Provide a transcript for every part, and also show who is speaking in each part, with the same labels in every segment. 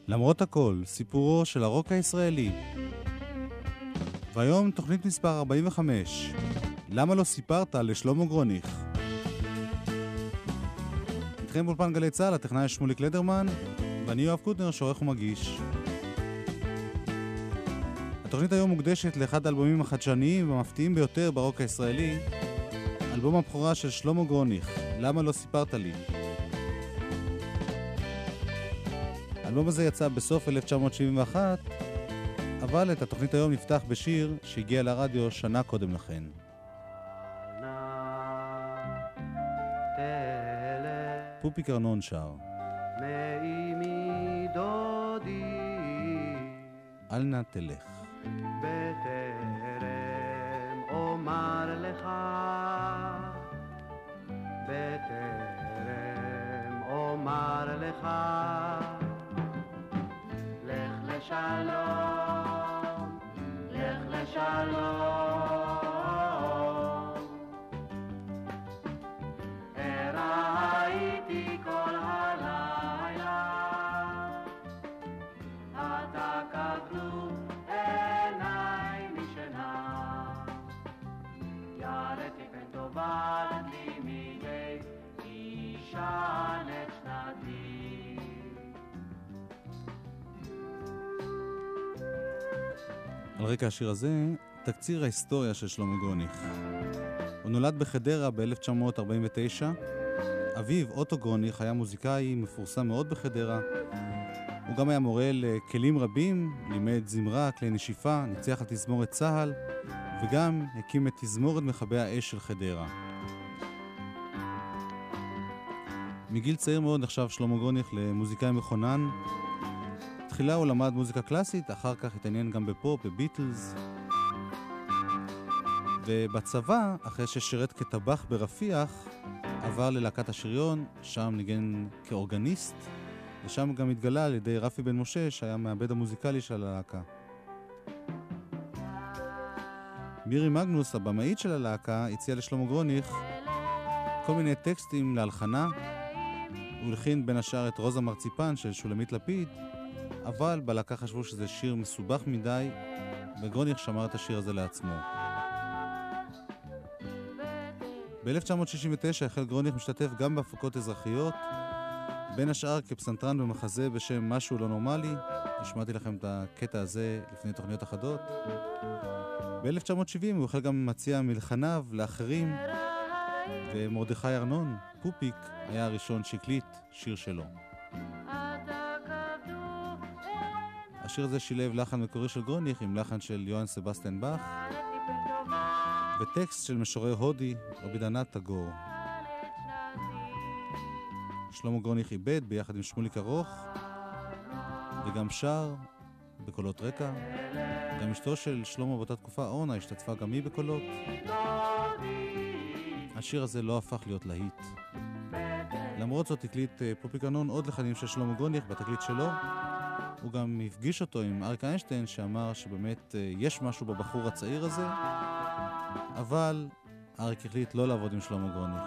Speaker 1: למרות הכל, סיפורו של הרוק הישראלי. והיום תוכנית מספר 45. למה לא סיפרת לשלמה גרוניך? איתכם באולפן גלי צהל, הטכנאי שמוליק לדרמן, ואני יואב קוטנר, שעורך ומגיש. התוכנית היום מוקדשת לאחד האלבומים החדשניים והמפתיעים ביותר ברוק הישראלי, אלבום הבכורה של שלמה גרוניך, למה לא סיפרת לי? האלבום הזה יצא בסוף 1971, אבל את התוכנית היום נפתח בשיר שהגיע לרדיו שנה קודם לכן. פופיק ארנון שר.
Speaker 2: מאימי דודי
Speaker 1: אל נא תלך.
Speaker 2: בטרם אומר לך, בטרם אומר לך, לך לשלום, לך לשלום. ראיתי כל הלילה, אתה כבדו עיניי משנה, ירדתי פן תאבד לי מדי אישן את שנתי.
Speaker 1: על רקע השיר הזה, תקציר ההיסטוריה של שלמה גרוניך. הוא נולד בחדרה ב-1949. אביו, אוטו גרוניך, היה מוזיקאי מפורסם מאוד בחדרה. הוא גם היה מורה לכלים רבים, לימד זמרה, כלי נשיפה, ניצח על תזמורת צהל, וגם הקים את תזמורת מכבי האש של חדרה. מגיל צעיר מאוד נחשב שלמה גרוניך למוזיקאי מכונן. תחילה הוא למד מוזיקה קלאסית, אחר כך התעניין גם בפופ, בביטלס. ובצבא, אחרי ששירת כטבח ברפיח, עבר ללהקת השריון, שם ניגן כאורגניסט, ושם גם התגלה על ידי רפי בן משה, שהיה מעבד המוזיקלי של הלהקה. מירי מגנוס, הבמאית של הלהקה, הציעה לשלמה גרוניך כל מיני טקסטים להלחנה. הוא הלחין בין השאר את רוזה מרציפן של שולמית לפיד, אבל בלהקה חשבו שזה שיר מסובך מדי, וגרוניך שמר את השיר הזה לעצמו. ב-1969 החל גרוניך משתתף גם בהפקות אזרחיות, בין השאר כפסנתרן במחזה בשם משהו לא נורמלי. השמעתי לכם את הקטע הזה לפני תוכניות אחדות. ב-1970 הוא החל גם מציע מלחניו לאחרים, ומרדכי ארנון, פופיק, היה הראשון שהקליט שיר שלו. השיר הזה שילב לחן מקורי של גרוניך עם לחן של יוהאן סבסטיאן באך, וטקסט של משורר הודי, רבינדרנת' טאגור. שלמה גרוניך איבד ביחד עם שמוליק ארוך, וגם שר בקולות רקע. גם אשתו של שלמה באותה תקופה, אורנה, השתתפה גם היא בקולות. השיר הזה לא הפך להיות להיט. למרות זאת הקליט פופיק ארנון עוד לחנים של שלמה גרוניך בתקליט שלו. הוא גם הפגיש אותו עם אריק איינשטיין, שאמר שבאמת יש משהו בבחור הצעיר הזה, אבל אריק החליט לא לעבוד עם שלמה גרוניך.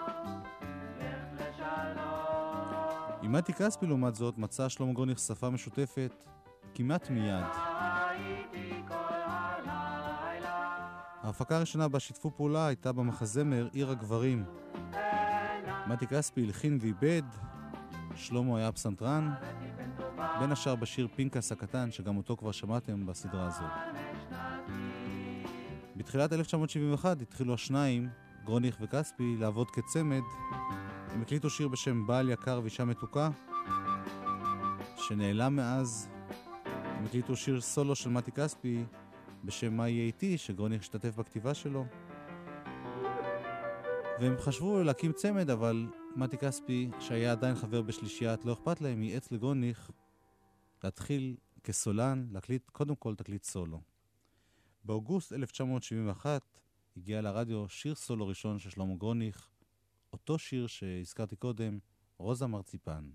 Speaker 1: עם מתי כספי לעומת זאת מצא שלמה גרוניך שפה משותפת כמעט מיד. ההפקה הראשונה בה שיתפו פעולה הייתה במחזמר עיר הגברים. מתי כספי הלחין ואיבד, שלמה היה פסנתרן, בין השאר בשיר פינקס הקטן, שגם אותו כבר שמעתם בסדרה הזו. בתחילת 1971 התחילו השניים, גרוניך וכספי, לעבוד כצמד. הם הקליטו שיר בשם בעל יקר ואישה מתוקה, שנעלם מאז. הם הקליטו שיר סולו של מתי כספי בשם מה יהיה איתי, שגרוניך השתתף בכתיבה שלו. והם חשבו להקים צמד, אבל מתי כספי, שהיה עדיין חבר בשלישיית לא אכפת להם, ייעץ לגרוניך להתחיל כסולן, להקליט קודם כל תקליט סולו. באוגוסט 1971 הגיע לרדיו שיר סולו ראשון של שלמה גרוניך, אותו שיר שהזכרתי קודם, רוזה מרציפן.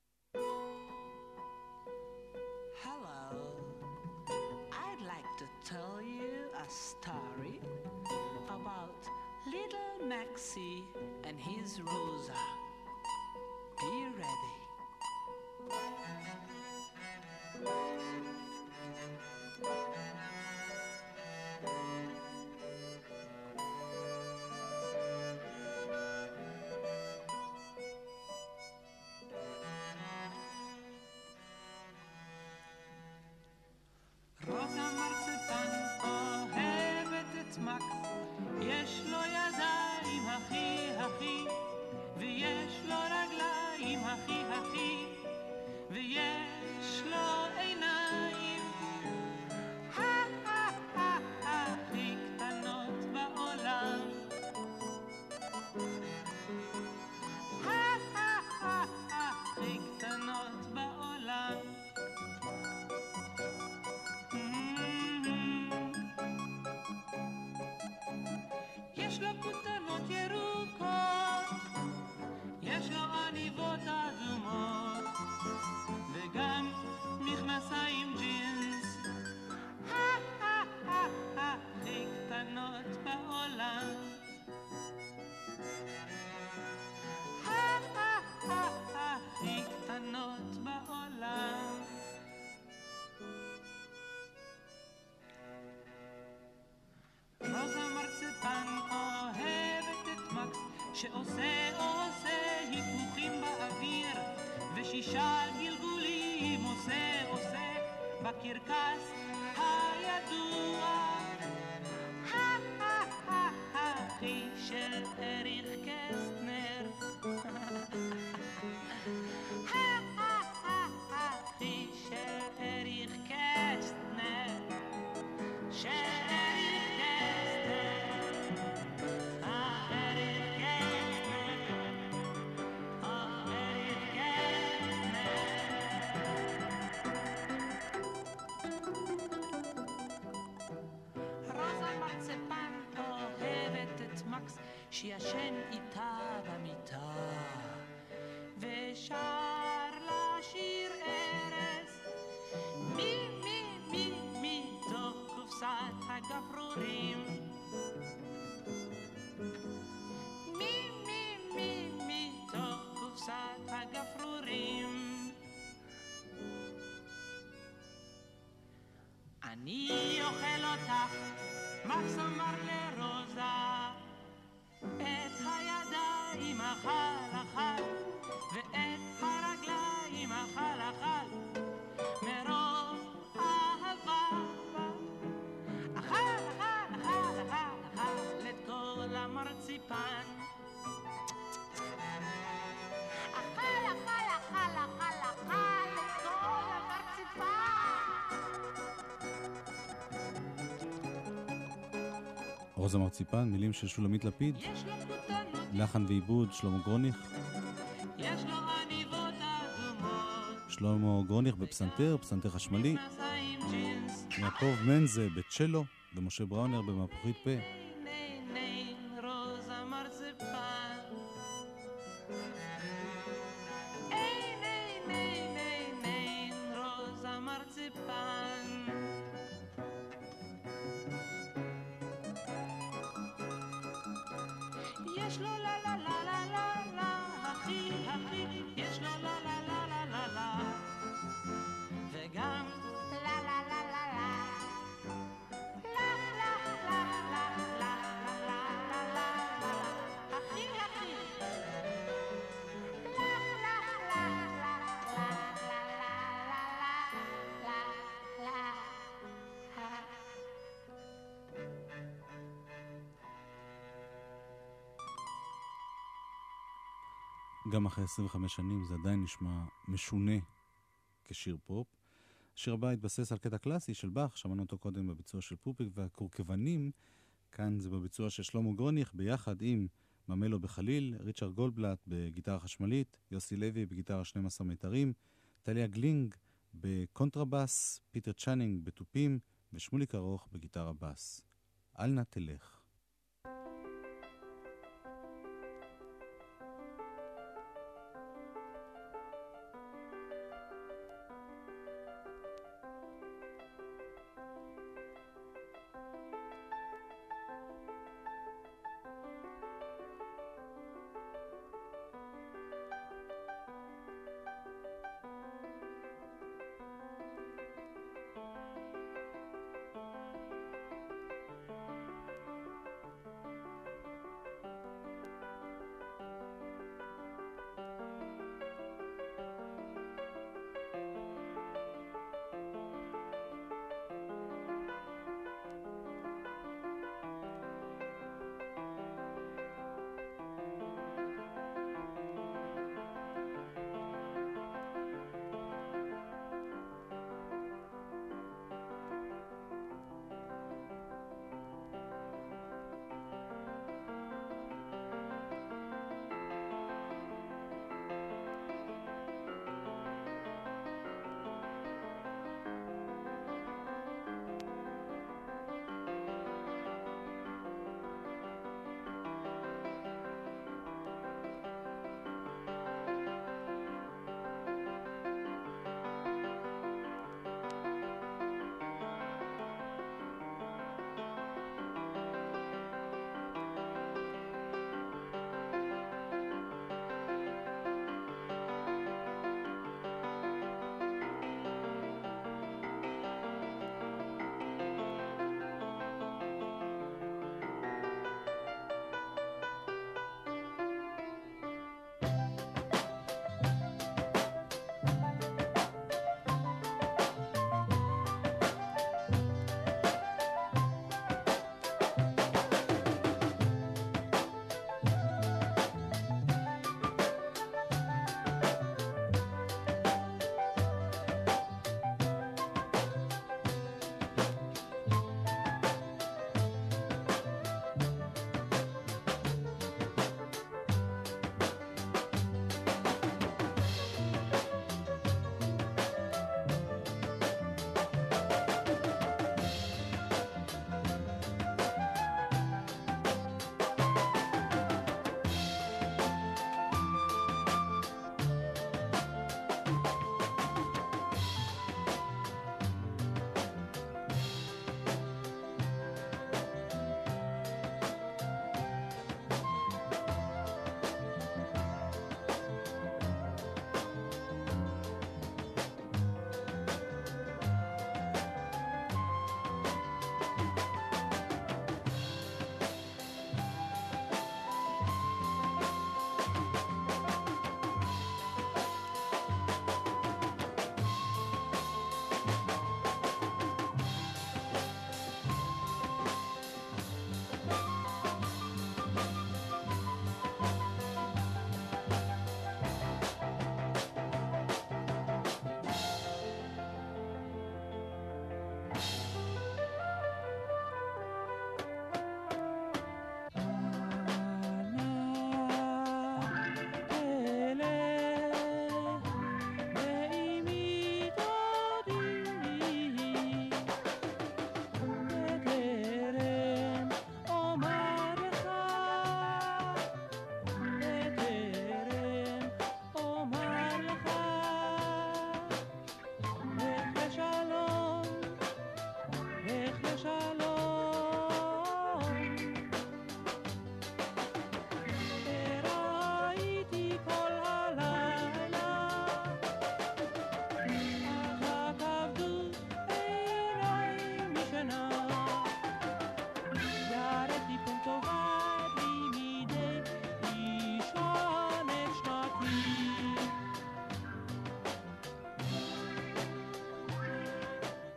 Speaker 3: Hello, I'd like to tell you a story about little Maxie and his Rosa. Be ready.
Speaker 4: מרציפן אוהבת את מקס שעושה היפוכים באוויר ושישה גלגולים עושה בקרקס הידוע אחי של אריך קסטנר אחי של אריך קסטנר שישן איתה במיטה ושר לה שיר ארז מתוך קופסת הגפרורים מתוך קופסת הגפרורים אני אוכל אותך מקס אמר לרוזה את הידיים אכל ואת הרגליים אכל מרוב אהבה אכל את כל המרציפן אכל את כל המרציפן
Speaker 1: רוזה מרציפן, מילים של שולמית לפיד, לחן ועיבוד שלמה גרוניך.
Speaker 4: יש לו עניבות אדומות
Speaker 1: שלמה גרוניך בפסנתר, פסנתר חשמלי, יעקב מנזה בצ'לו ומשה בראונר במהפכית פה.
Speaker 4: רוזה מרציפן רוזה מרציפן יש לו לה לה לה לה לה לה הכי יש לו לה לה לה לה לה לה וגם לה לה לה לה לה לה לה לה לה לה לה לה הכי לה לה לה לה לה לה
Speaker 1: גם אחרי 25 שנים זה עדיין נשמע משונה כשיר פופ. השיר הבא התבסס על קטע קלאסי של באך, שמענו אותו קודם בביצוע של פופיק והקורקבנים, כאן זה בביצוע של שלמה גרוניך ביחד עם ממלו בחליל, ריצ'רד גולדבלט בגיטרה חשמלית, יוסי לוי בגיטרה 12 מיתרים, טליה גלינג בקונטרבאס, פיטר צ'אנינג בטופים ושמוליק ארוך בגיטרה בס. אל נא תלך.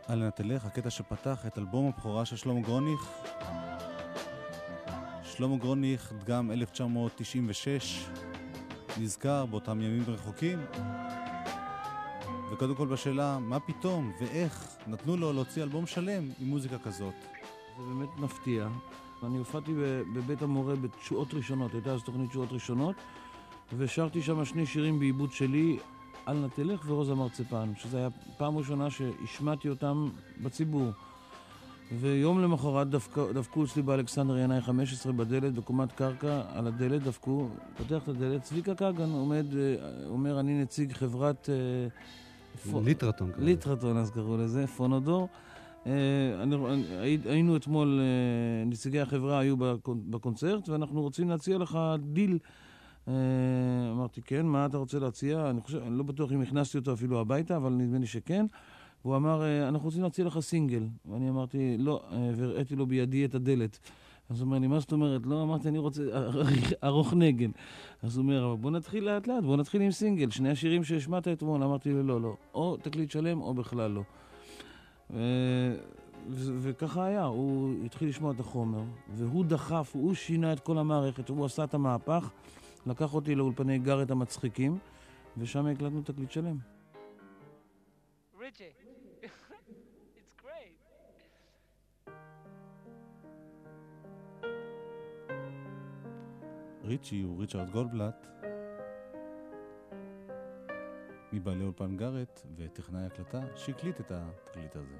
Speaker 1: אל נא תלך, הקטע שפתח את אלבום הבכורה של שלמה גרוניך. שלמה גרוניך, דגם 1996, נזכר באותם ימים רחוקים. וקודם כל בשאלה, מה פתאום ואיך נתנו לו להוציא אלבום שלם עם מוזיקה כזאת?
Speaker 5: זה באמת מפתיע. אני הופעתי בבית המורה בתשואות ראשונות, הייתה אז תוכנית תשואות ראשונות, ושרתי שם שני שירים בעיבוד שלי, אל נא תלך ורוזה מרצפן, שזה היה פעם ראשונה שהשמעתי אותם בציבור. ויום למחרת דפקו אצלי באלכסנדר ינאי 15 בדלת, בקומת קרקע, על הדלת דפקו, פותח את הדלת, צביקה קגן עומד, אומר, אני נציג חברת...
Speaker 1: ליטרטון.
Speaker 5: ליטרטון, אז קראו לזה, פונודור. היינו אתמול, נציגי החברה היו בקונצרט, ואנחנו רוצים להציע לך דיל. אמרתי, כן, מה אתה רוצה להציע? אני לא בטוח אם הכנסתי אותו אפילו הביתה, אבל נדמה לי שכן. והוא אמר, אנחנו רוצים להציע לך סינגל. ואני אמרתי, לא, והראיתי לו בידי את הדלת. אז הוא אומר לי, מה זאת אומרת? לא, אמרתי, אני רוצה ארוך נגן. אז הוא אומר, בוא נתחיל לאט לאט, בוא נתחיל עם סינגל. שני השירים שהשמעת אתמול, אמרתי לו, לא, לא. או תקליט שלם או בכלל לא. וככה היה, הוא התחיל לשמוע את החומר, והוא דחף, הוא שינה את כל המערכת, הוא עשה את המהפך, לקח אותי לאולפני גארט המצחיקים, ושם הקלטנו תקליט שלם.
Speaker 6: Richie, it's great.
Speaker 1: ריצ'י הוא ריצ'רד גולדבלט, מבעלי אולפן גארט וטכנאי הקלטה, שהקליט את התקליט הזה.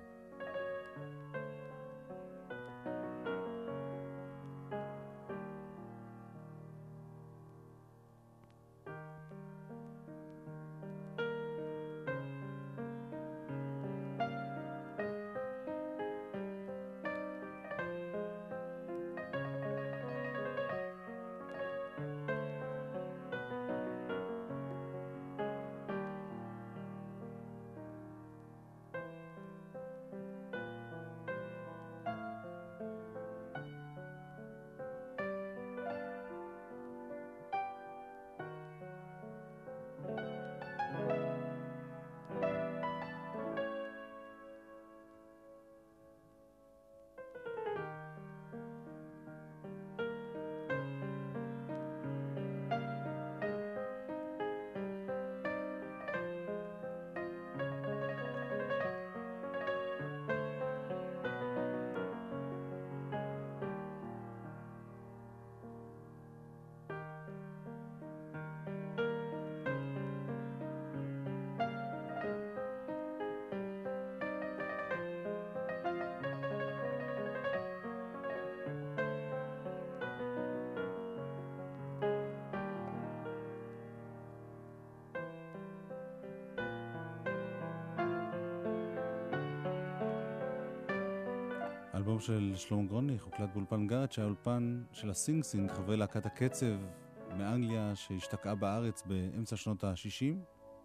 Speaker 1: האלבום של שלמה גרוניך הוקלט באולפן גארט, שהיה אולפן של הסינג סינג, חברי להקת הקצב מאנגליה שהשתקעה בארץ באמצע שנות ה-60.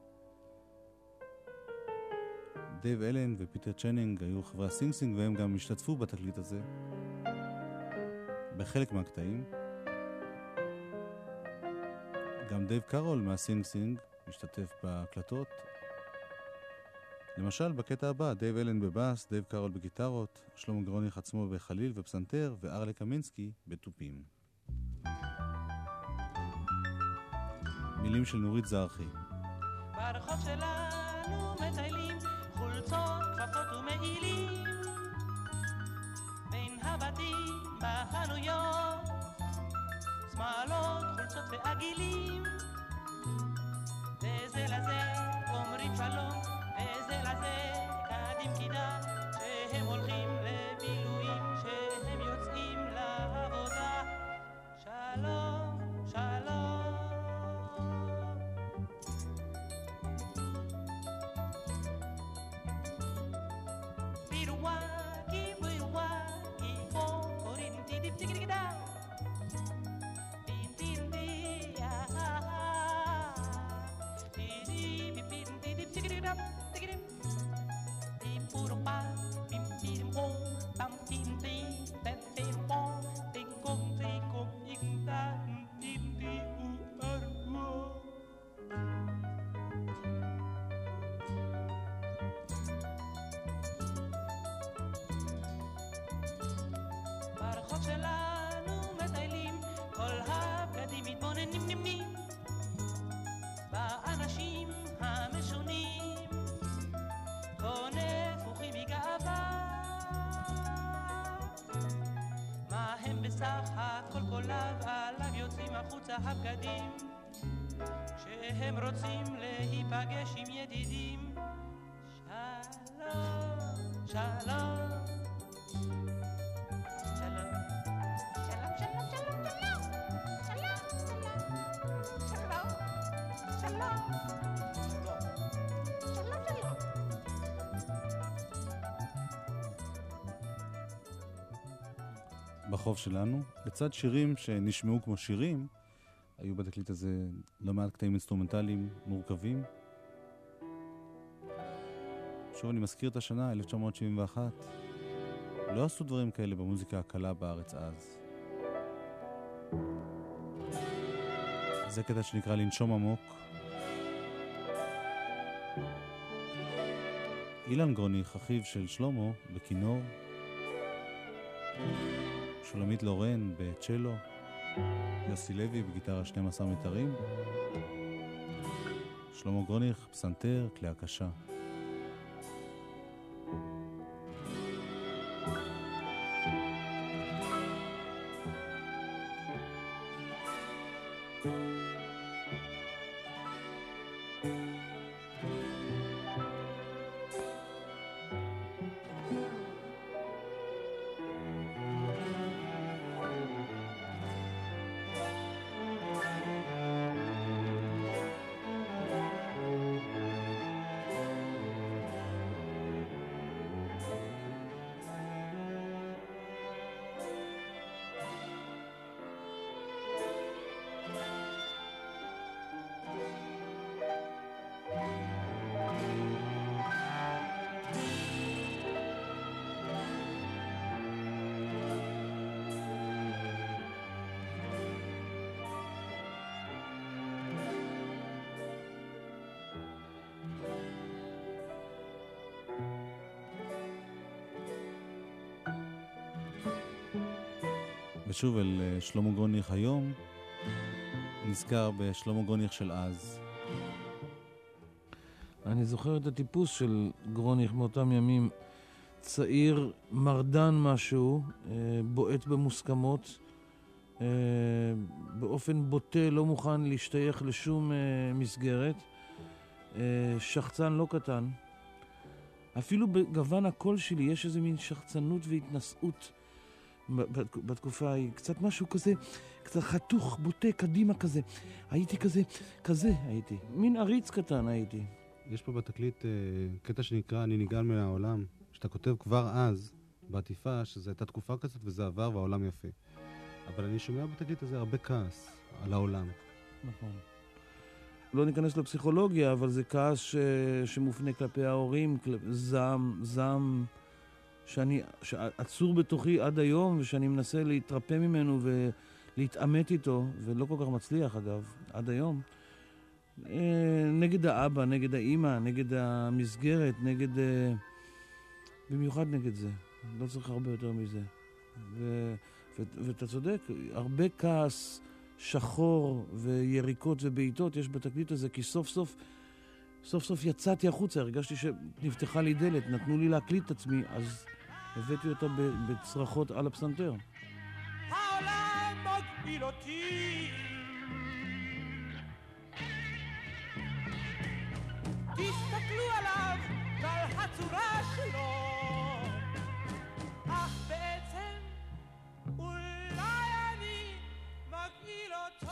Speaker 1: דייב אלן ופיטר צ'נינג היו חברי הסינג סינג, והם גם השתתפו בתקליט הזה בחלק מהקטעים. גם דייב קארול מהסינג סינג משתתף בהקלטות. למשל, בקטע הבא, דייב אלן בבאס, דייב קארול בגיטרות, שלמה גרוניך עצמו בחליל ופסנתר, וארלה קמינסקי בתופים. מילים של נורית זרחי.
Speaker 7: ברחוב שלנו מטיילים חולצות, כפפות ומעילים, בין הבתים בחנויות, שמאלות, חולצות ועגילים, וזה לזה אומרים שלום, וזה לזה קדים קידה, שהם הולכים לבילויים, שהם יוצאים לעבודה. שלום, שלום. בירואקי, בירואקי, קוראים טידיפ טיקידידה, טין טין די, טידיפ טידיפ טידיפ טיקידידה. פוסחת כל קוליו, עליו יוצאים החוצה הבגדים, כשהם רוצים להיפגש עם ידידים. שלום, שלום, שלום.
Speaker 1: בחוף שלנו, לצד שירים שנשמעו כמו שירים, היו בתקליט הזה לא מעט קטעים אינסטרומנטליים מורכבים. שוב אני מזכיר את השנה, 1971. לא עשו דברים כאלה במוזיקה הקלה בארץ אז. זה קטע שנקרא לנשום עמוק. אילן גרוניך, אחיו של שלמה, בכינור. שולמית לורן בצ'לו. יוסי לוי בגיטרה 12 מיתרים. שלמה גרוניך, פסנתר, כלי הקשה. ושוב אל שלמה גרוניך היום, נזכר בשלמה גרוניך של אז.
Speaker 5: אני זוכר את הטיפוס של גרוניך מאותם ימים, צעיר, מרדן משהו, בועט במוסכמות, באופן בוטה לא מוכן להשתייך לשום מסגרת, שחצן לא קטן. אפילו בגוון הקול שלי יש איזה מין שחצנות והתנשאות בתקופה ההיא, קצת משהו כזה, קצת חתוך, בוטה, קדימה כזה. הייתי כזה הייתי. מין עריץ קטן הייתי.
Speaker 1: יש פה בתקליט קטע שנקרא אני נגעל מהעולם, שאתה כותב כבר אז, בעטיפה, שזו הייתה תקופה כזאת וזה עבר והעולם יפה. אבל אני שומע בתקליט הזה הרבה כעס על העולם.
Speaker 5: נכון. לא ניכנס לפסיכולוגיה, אבל זה כעס שמופנה כלפי ההורים, זעם, שעצור בתוכי עד היום, ושאני מנסה להתרפא ממנו ולהתאמת איתו, ולא כל כך מצליח אגב, עד היום. נגד האבא, נגד האמא, נגד המסגרת, במיוחד נגד זה. לא צריך הרבה יותר מזה. ואתה צודק, הרבה כעס, שחור ויריקות ובעיטות יש בתקליט הזה, כי סוף סוף יצאתי החוצה, הרגשתי שנפתחה לי דלת, נתנו לי להקליט את עצמי, אז הבאתי אותה בצרחות על הפסנתר.
Speaker 7: העולם מגביל אותי, תסתכלו עליו ועל הצורה שלו, אך בעצם אולי אני מגביל אותו.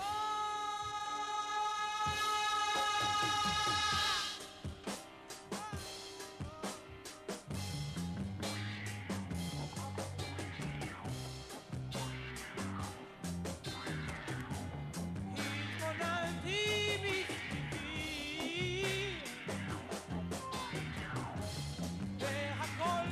Speaker 7: והכל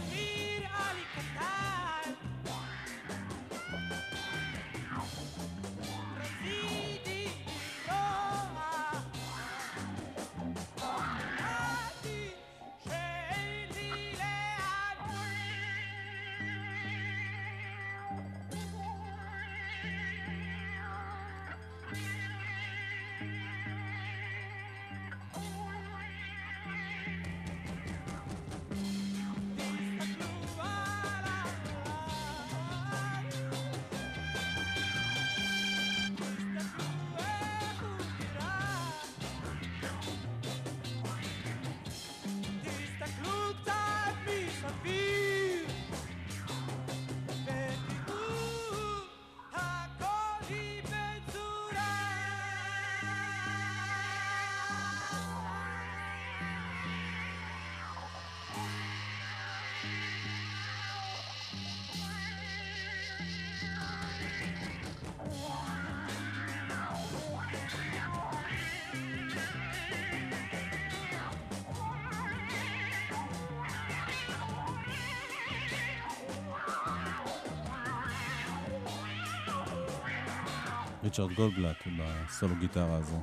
Speaker 1: ריצ'רד גולדבלט בסולו גיטרה הזה.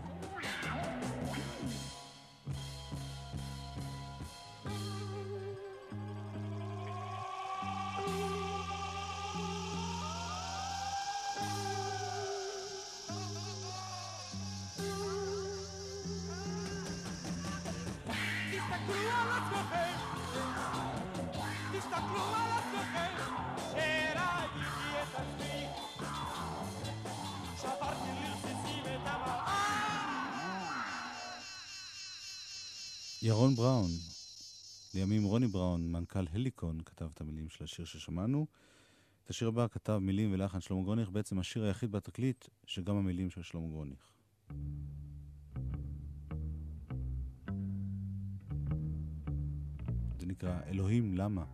Speaker 1: ירון בראון, לימים רוני בראון, מנכ"ל הליקון, כתב את המילים של השיר ששמענו. את השיר הבא כתב מילים ולחן שלמה גרוניך, בעצם השיר היחיד בתקליט שגם המילים של שלמה גרוניך. זה נקרא אלוהים למה.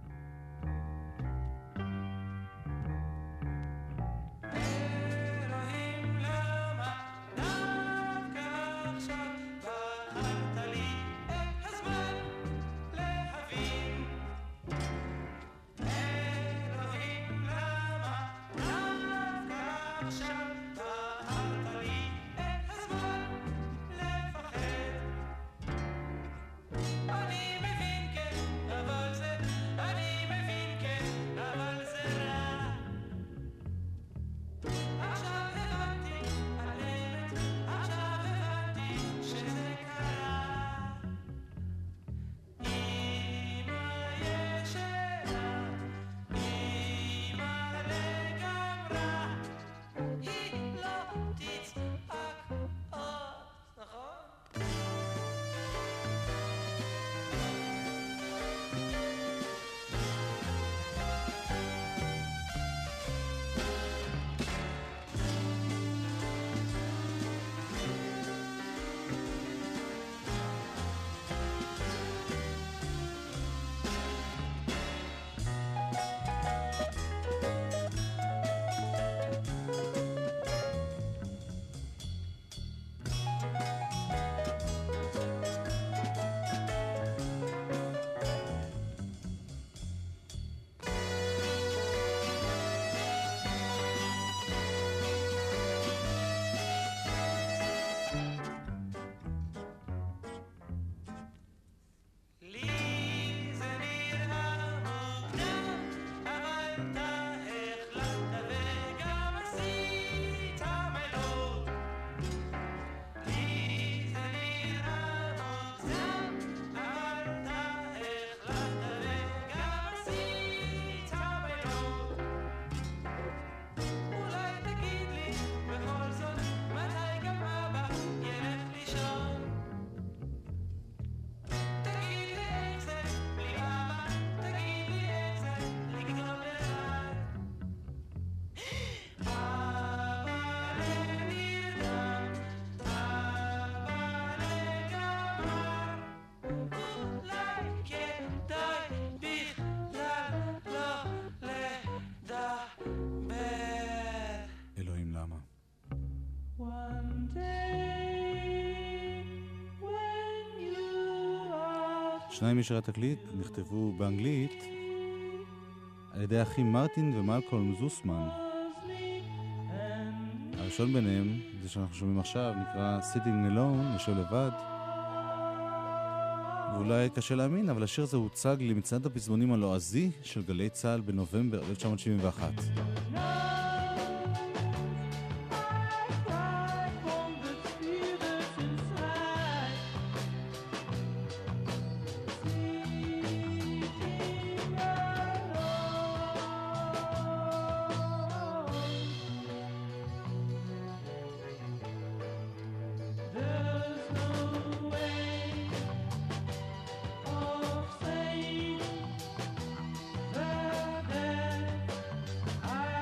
Speaker 1: שניים משירי התקליט נכתבו באנגלית על ידי האחים מרטין ומלקולם זוסמן. הראשון ביניהם, זה שאנחנו שומעים עכשיו, נקרא Sitting Alone, יושב לבד. ואולי קשה להאמין, אבל השיר הזה הוצג למצעד הפזמונים הלועזי של גלי צה"ל בנובמבר 1971.
Speaker 8: I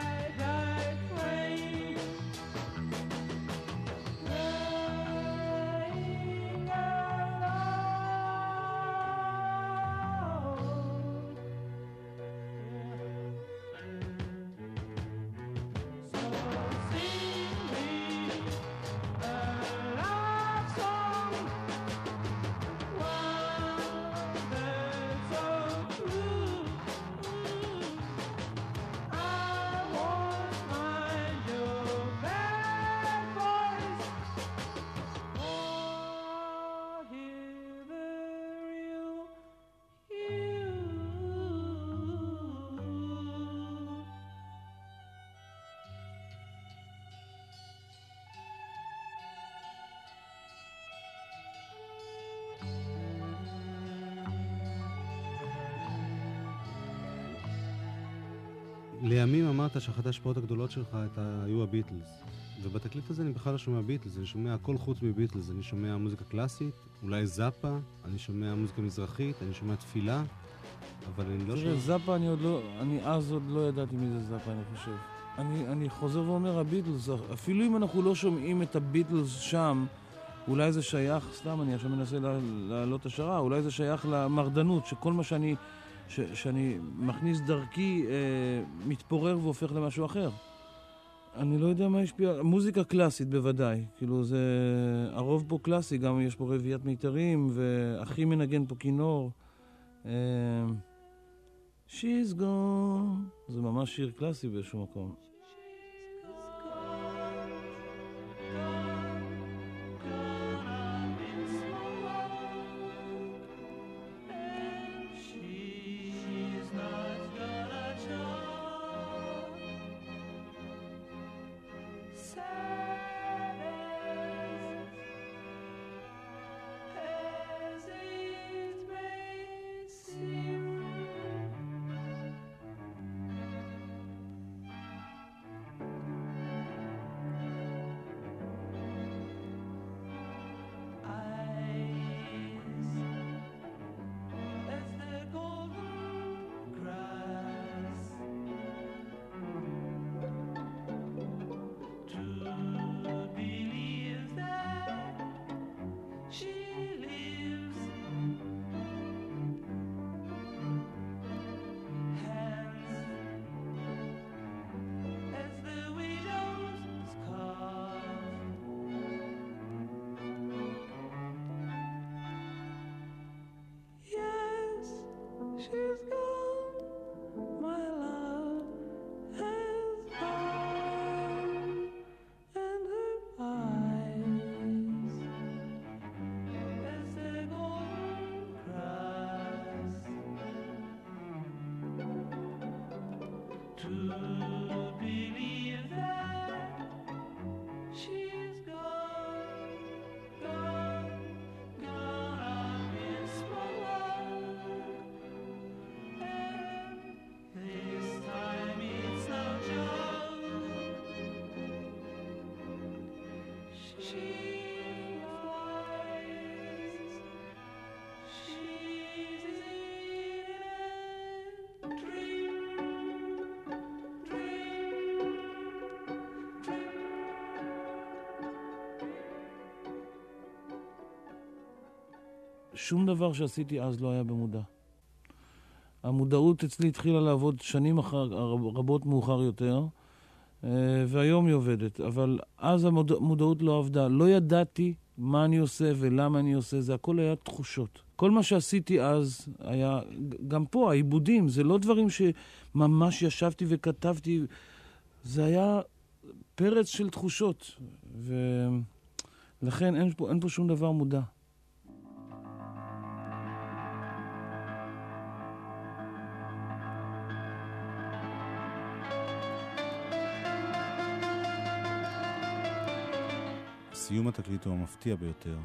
Speaker 1: לימים אמרת שאחת ההשפעות הגדולות שלך היו הביטלס. ובתקליט הזה אני בכלל לא שומע ביטלס, אני שומע הכל חוץ מביטלס. אני שומע מוזיקה קלאסית, אולי זאפה, אני שומע מוזיקה מזרחית, אני שומע תפילה, אבל אני לא שומע...
Speaker 5: זאפה אני אז עוד לא ידעתי מי זה זאפה, אני חושב. אני חוזר ואומר, הביטלס, אפילו אם אנחנו לא שומעים את הביטלס שם, אולי זה שייך, סתם אני עכשיו מנסה להעלות השערה, אולי זה שייך למרדנות, שכל מה שאני מכניס דרכי מתפורר והופך למשהו אחר. אני לא יודע מה השפיע, מוזיקה קלאסית בוודאי, כאילו זה, הרוב פה קלאסי, גם יש פה רביעיית מיתרים, והכי מנגן פה כינור. She's gone, זה ממש שיר קלאסי באיזשהו מקום.
Speaker 3: She's gone, my love has gone, and her eyes, as they go across, to believe that she's gone, gone, gone up in smoke. This time it's no joke. She flies. She's in a dream, dream, dream.
Speaker 5: שום דבר שעשיתי אז לא היה במודע. המודעות אצלי התחילה לעבוד שנים רבות מאוחר יותר, והיום היא עובדת. אבל אז המודעות לא עבדה. לא ידעתי מה אני עושה ולמה אני עושה. זה הכל היה תחושות. כל מה שעשיתי אז היה, גם פה, העיבודים, זה לא דברים שממש ישבתי וכתבתי. זה היה פרץ של תחושות. ולכן אין פה שום דבר מודע.
Speaker 1: סיום התקליט הוא המפתיע ביותר.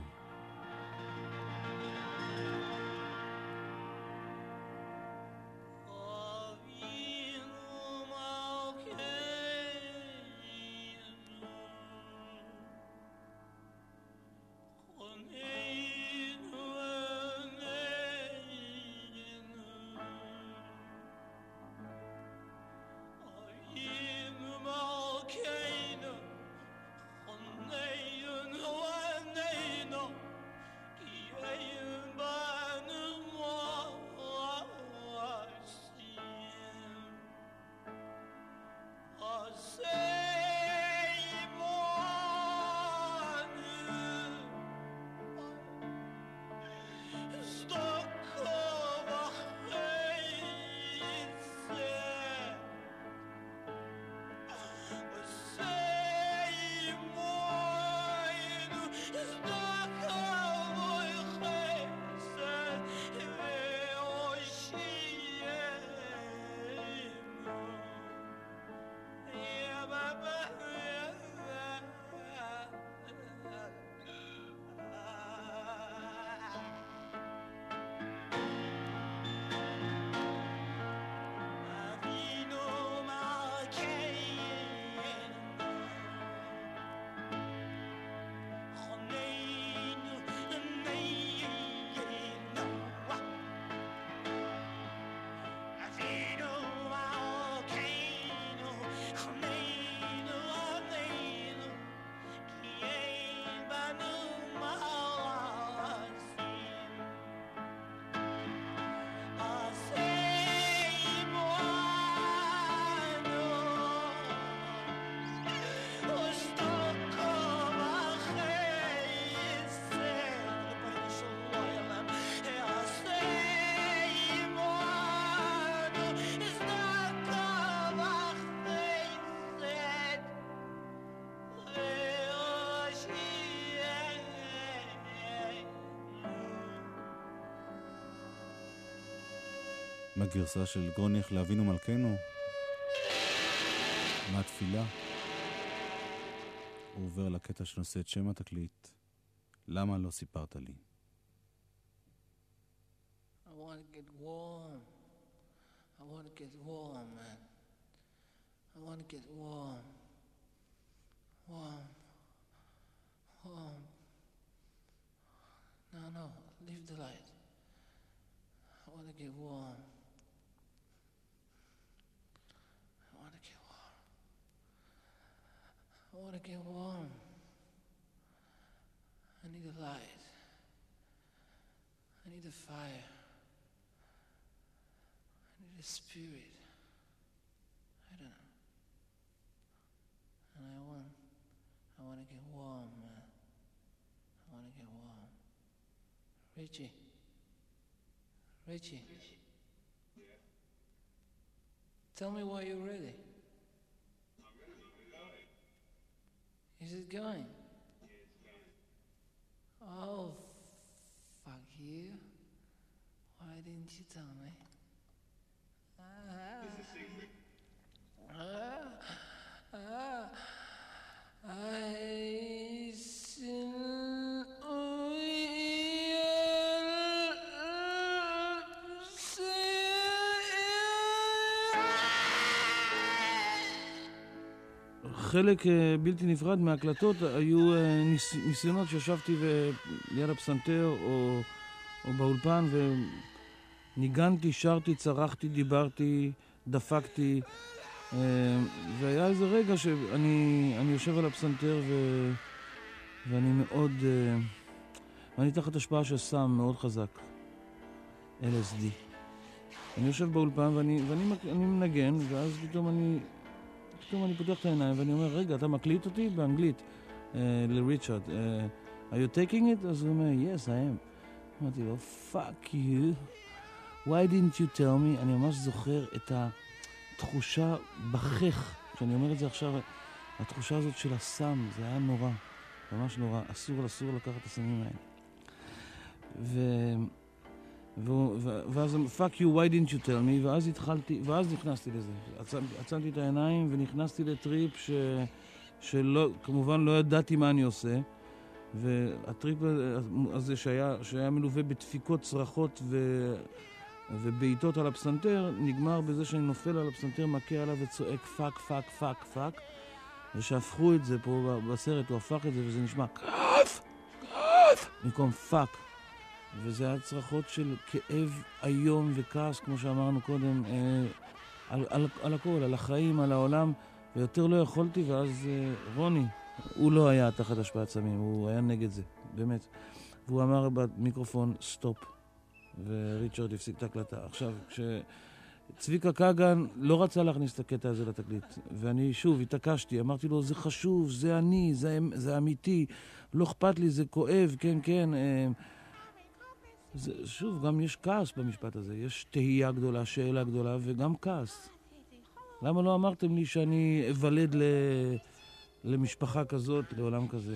Speaker 7: No
Speaker 1: מהגרסה של גרוניך לאבינו מלכנו, מהתפילה. הוא עובר לקטע שנושא את שם התקליט, למה לא סיפרת לי?
Speaker 8: I want to get warm. I want to get warm, man. I want to get warm. Warm. Warm. No, leave the light. I want to get warm. I want to get warm. I want to get warm. I need a light. I need a fire. I need a spirit. I don't know. And I want to get warm, man. I want to get warm. Richie. Yeah. Tell me why you're ready. I'm ready. Is it going? Yeah, it's going. Oh, fuck you. Why didn't you tell me? It's a secret.
Speaker 5: חלק בלתי נפרד מההקלטות היו ניסיונות שישבתי ליד הפסנתר או באולפן וניגנתי, שרתי, צרחתי, דיברתי, דפקתי, והיה איזה רגע שאני יושב על הפסנתר ואני מאוד, אני תחת השפעה של סם מאוד חזק, LSD. אני יושב באולפן ואני מנגן, ואז פתאום אני פותח את העיניים ואני אומר, רגע, אתה מקליט אותי באנגלית לריצ'רד. Are you taking it? אז הוא אומר, yes, I am. אמרתי לו, fuck you. Why didn't you tell me? אני ממש זוכר את התחושה בחך. כשאני אומר את זה עכשיו, התחושה הזאת של הסם, זה היה נורא. ממש נורא. אסור לקחת את הסמים האלה. ואז fuck you, why didn't you tell me? ואז נכנסתי לזה. עצמתי את העיניים ונכנסתי לטריפ שלא, כמובן לא ידעתי מה אני עושה. והטריפ הזה שהיה מלווה בדפיקות, צרחות ובעיטות על הפסנתר, נגמר בזה שאני נופל על הפסנתר, מכה עליו וצועק פאק, פאק, פאק, פאק. ושהפכו את זה פה בסרט, הוא הפך את זה וזה נשמע קאף, במקום פאק. וזה היה צרחות של כאב איום וכעס, כמו שאמרנו קודם, על הכל, על החיים, על העולם, ויותר לא יכולתי, ואז רוני, הוא לא היה תחת השפעת סמים, הוא היה נגד זה, באמת. והוא אמר במיקרופון, סטופ, וריצ'רד הפסיק את ההקלטה. עכשיו, כשצביקה קגן לא רצה להכניס את הקטע הזה לתקליט, ואני שוב התעקשתי, אמרתי לו, זה חשוב, זה אני, זה אמיתי, לא אכפת לי, זה כואב, כן, שוב, גם יש כעס במשפט הזה, יש תהייה גדולה, שאלה גדולה, וגם כעס. למה לא אמרתם לי שאני אוולד למשפחה כזאת, לעולם כזה?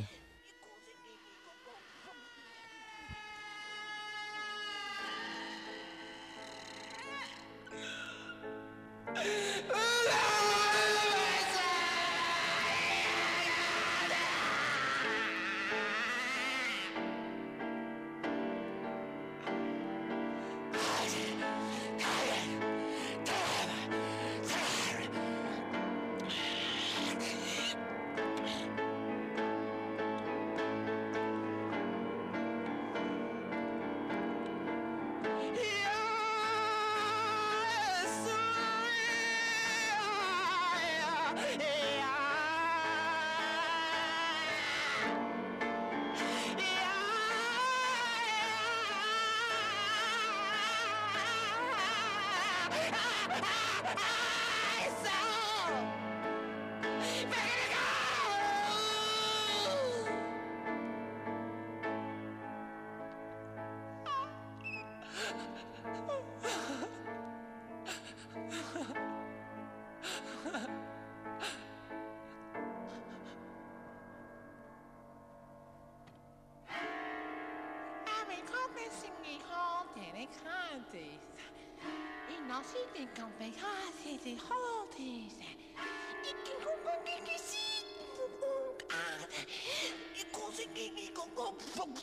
Speaker 4: I als ik denk kan bij haast is het groot is. Ik kan ook niet zien ook aan. Ik kon ze niet ook.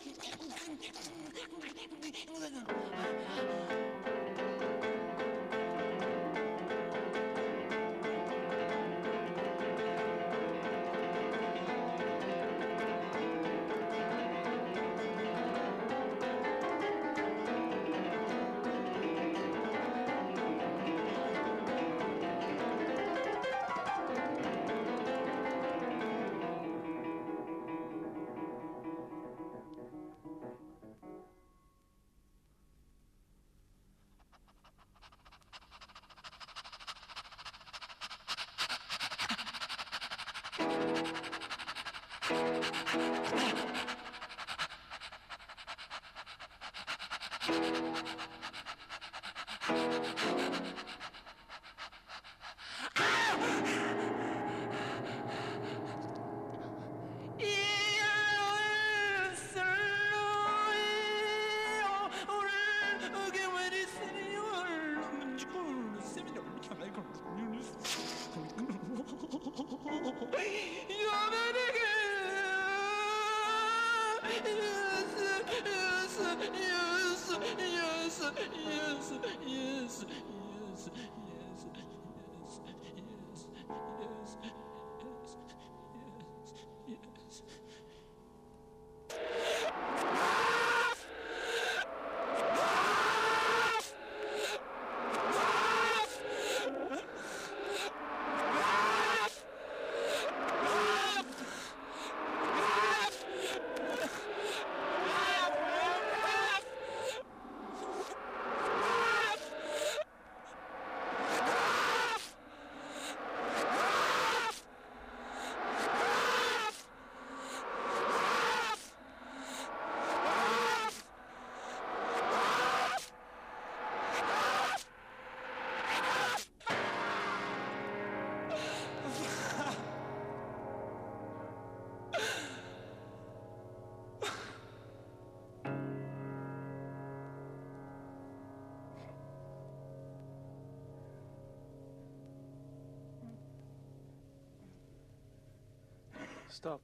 Speaker 6: סטופ.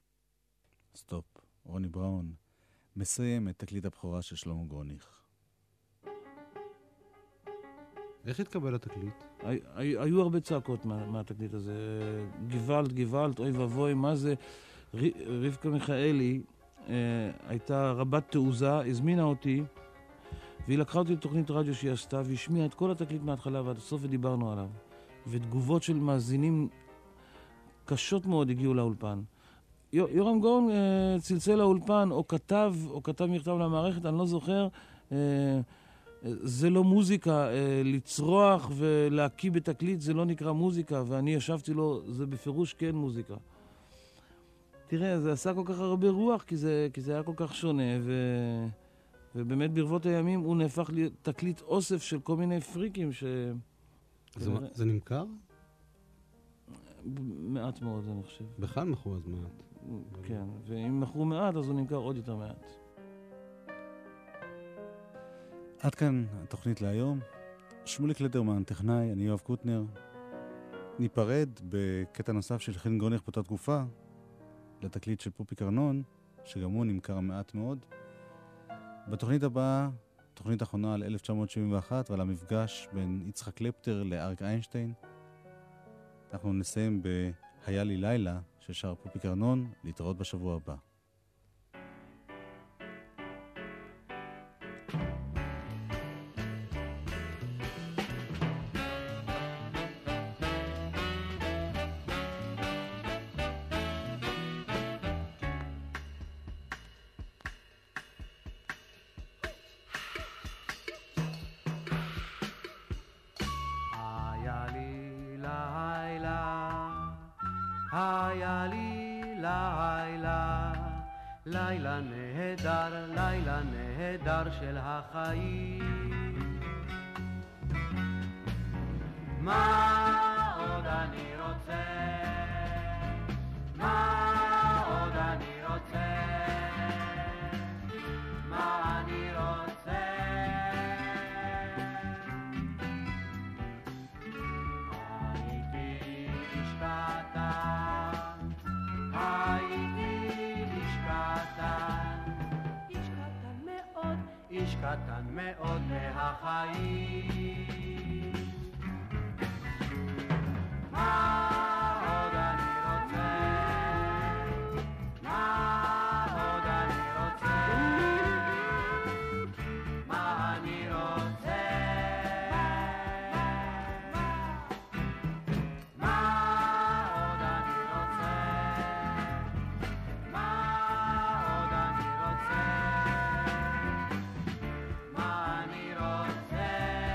Speaker 1: סטופ. רוני בראון מסיים את תקליט הבכורה של שלמה גרוניך. איך התקבל התקליט?
Speaker 5: היו הרבה צעקות מהתקליט הזה. גוואלד, אוי ואבוי, מה זה? רבקה מיכאלי הייתה רבת תעוזה, הזמינה אותי, והיא לקחה אותי לתוכנית רדיו שהיא עשתה, והשמיעה את כל התקליט מההתחלה ועד הסוף ודיברנו עליו. ותגובות של מאזינים קשות מאוד הגיעו לאולפן. יורם גאון צלצל לאולפן, או כתב מכתב למערכת, אני לא זוכר, זה לא מוזיקה, לצרוח ולהקיא בתקליט זה לא נקרא מוזיקה, ואני ישבתי לו, זה בפירוש כן מוזיקה. תראה, זה עשה כל כך הרבה רוח, כי זה היה כל כך שונה, ובאמת ברבות הימים הוא נהפך לתקליט אוסף של כל מיני פריקים
Speaker 9: זה נמכר?
Speaker 5: מעט מאוד, אני חושב.
Speaker 9: בכלל מכרו אז מעט.
Speaker 5: כן, ואם מכרו מעט, אז הוא נמכר עוד יותר מעט.
Speaker 1: עד כאן התוכנית להיום. שמוליק לדרמן, טכנאי, אני יואב קוטנר. ניפרד בקטע נוסף של חן גרוניך באותה תקופה, לתקליט של פופיק ארנון, שגם הוא נמכר מעט מאוד. בתוכנית הבאה, תוכנית אחרונה על 1971 ועל המפגש בין יצחק קלפטר לאריק איינשטיין. אנחנו נסיים ב"היה לי לילה" ששר פופיק ארנון. להתראות בשבוע הבא.
Speaker 2: היה לי לילה, לילה נהדר, לילה נהדר של החיים. מה עוד אני רוצה? מה עוד אני רוצה? מה אני רוצה? קטן מאוד מהחיים. מה עוד אני רוצה? מה עוד אני רוצה? מה אני רוצה? מה עוד אני רוצה? מה עוד אני רוצה? מה אני רוצה?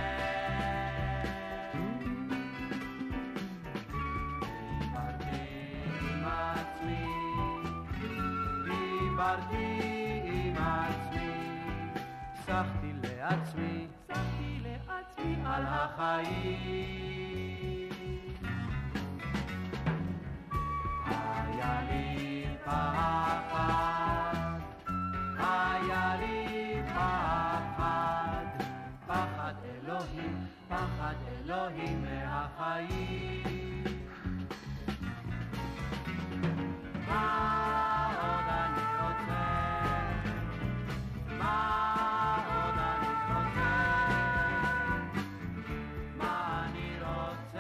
Speaker 2: דיברתי עם עצמי, סחתי לעצמי על החיים. היה לי פחד, היה לי פחד, פחד אלוהים מהחיים. מה עוד אני רוצה? מה עוד אני רוצה? מה אני רוצה?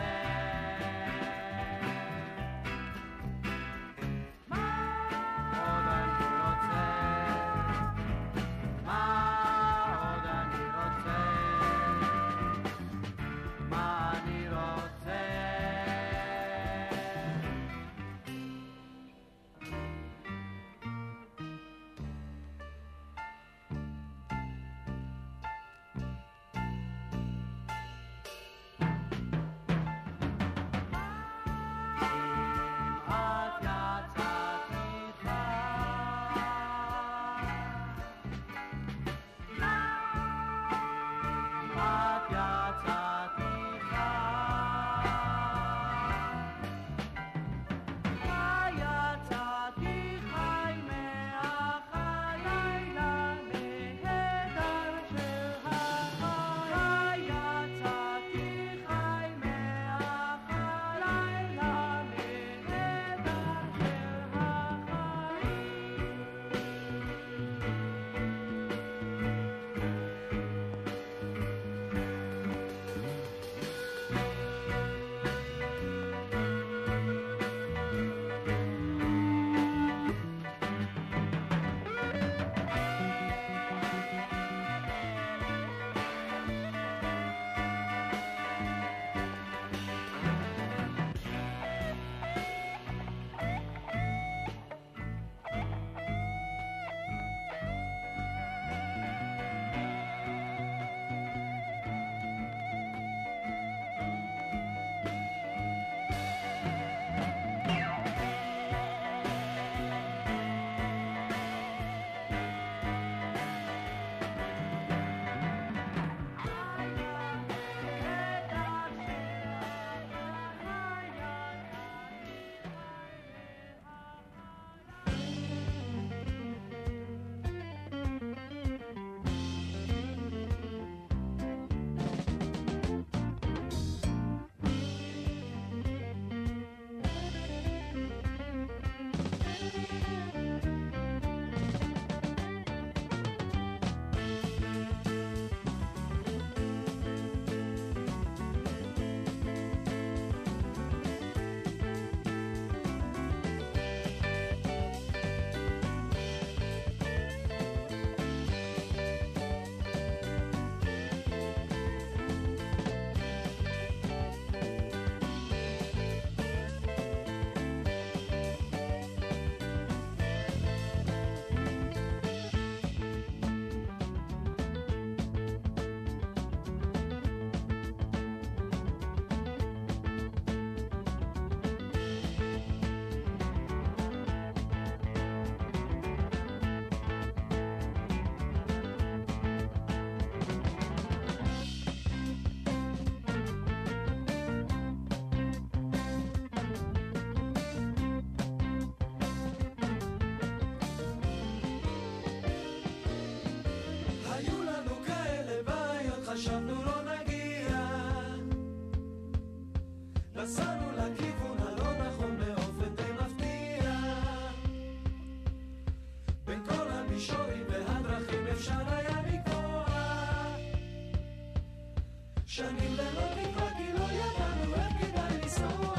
Speaker 3: שנים לילות נקרא כי לא ידענו איך כדאי לנסוע.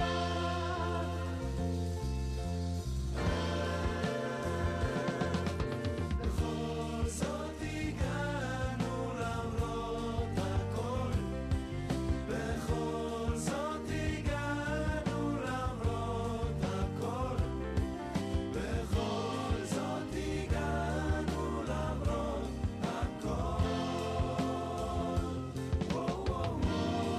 Speaker 3: בכל זאת הגענו למרות הכל, בכל זאת הגענו למרות הכל, בכל זאת הגענו למרות הכל. וואו וואו וואו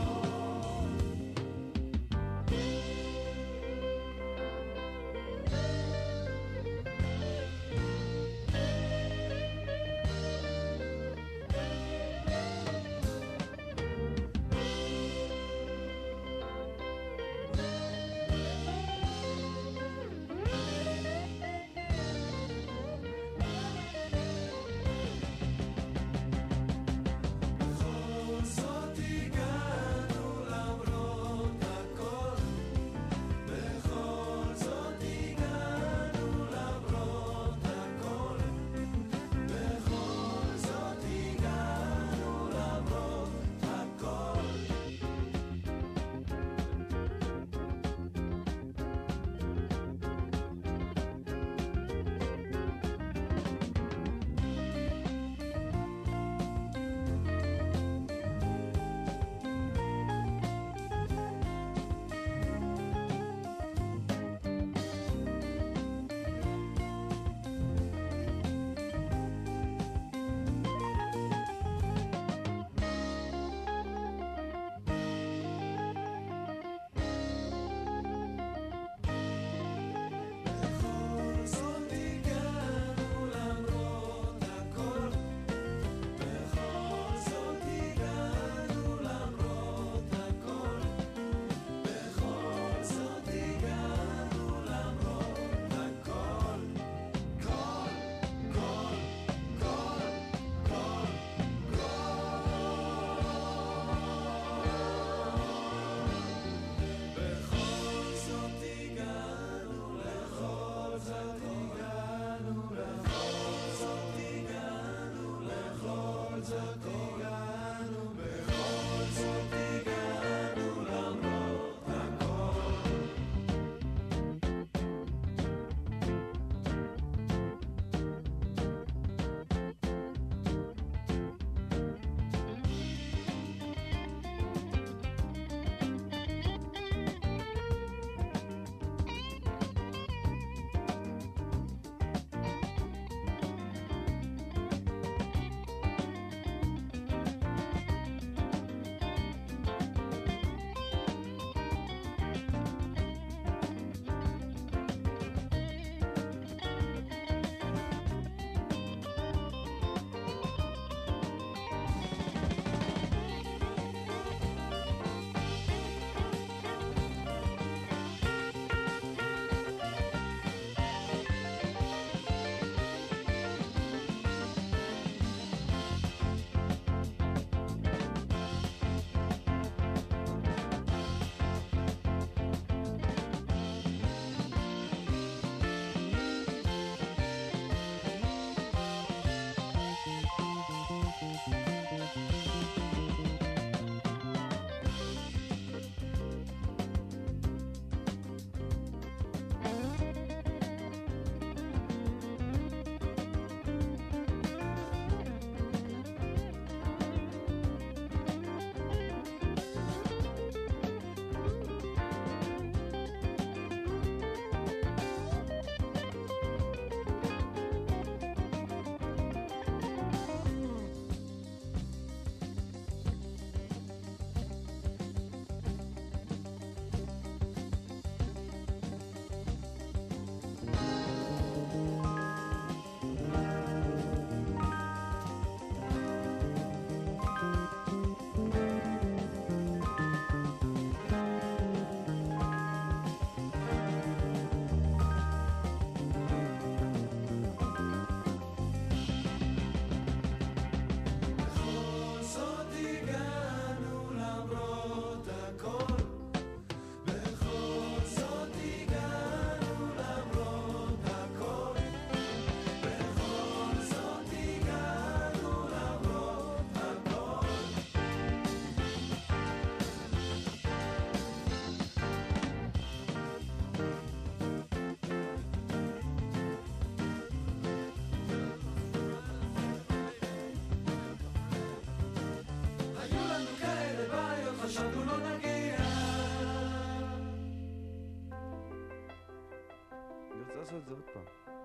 Speaker 5: לעשות את זה עוד פעם.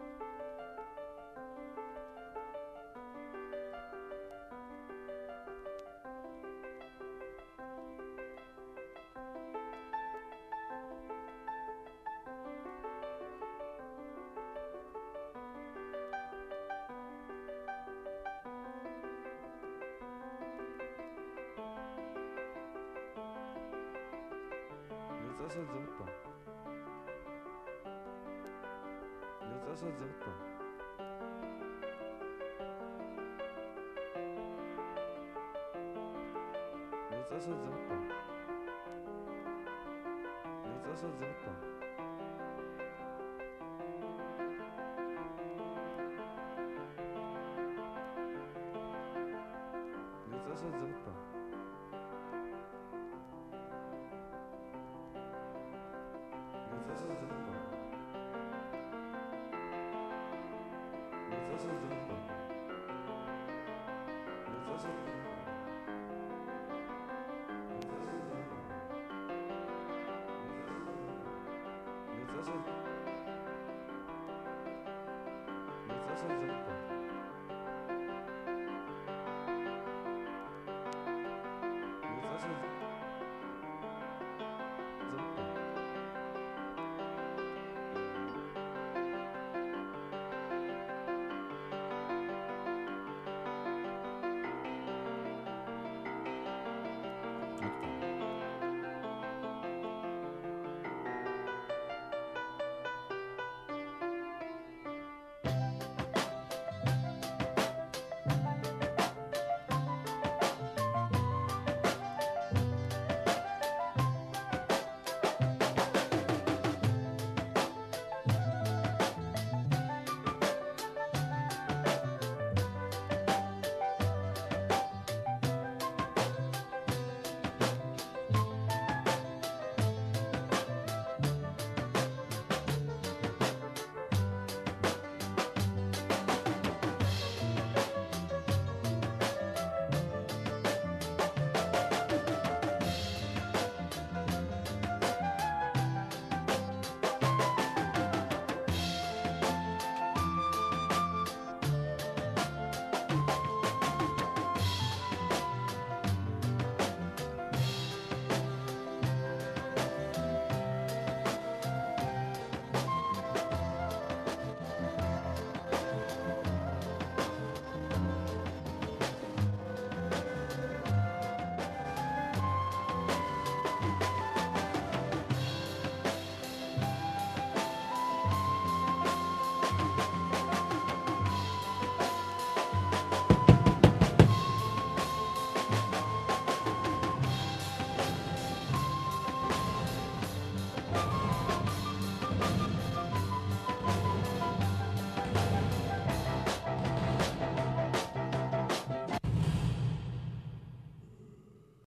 Speaker 5: לעשות את זה עוד פעם. אני רוצה לעשות את זה עוד פעם. אני רוצה לעשות את זה עוד פעם. אני רוצה לעשות את זה עוד פעם. אני רוצה לעשות את זה עוד פעם. Let's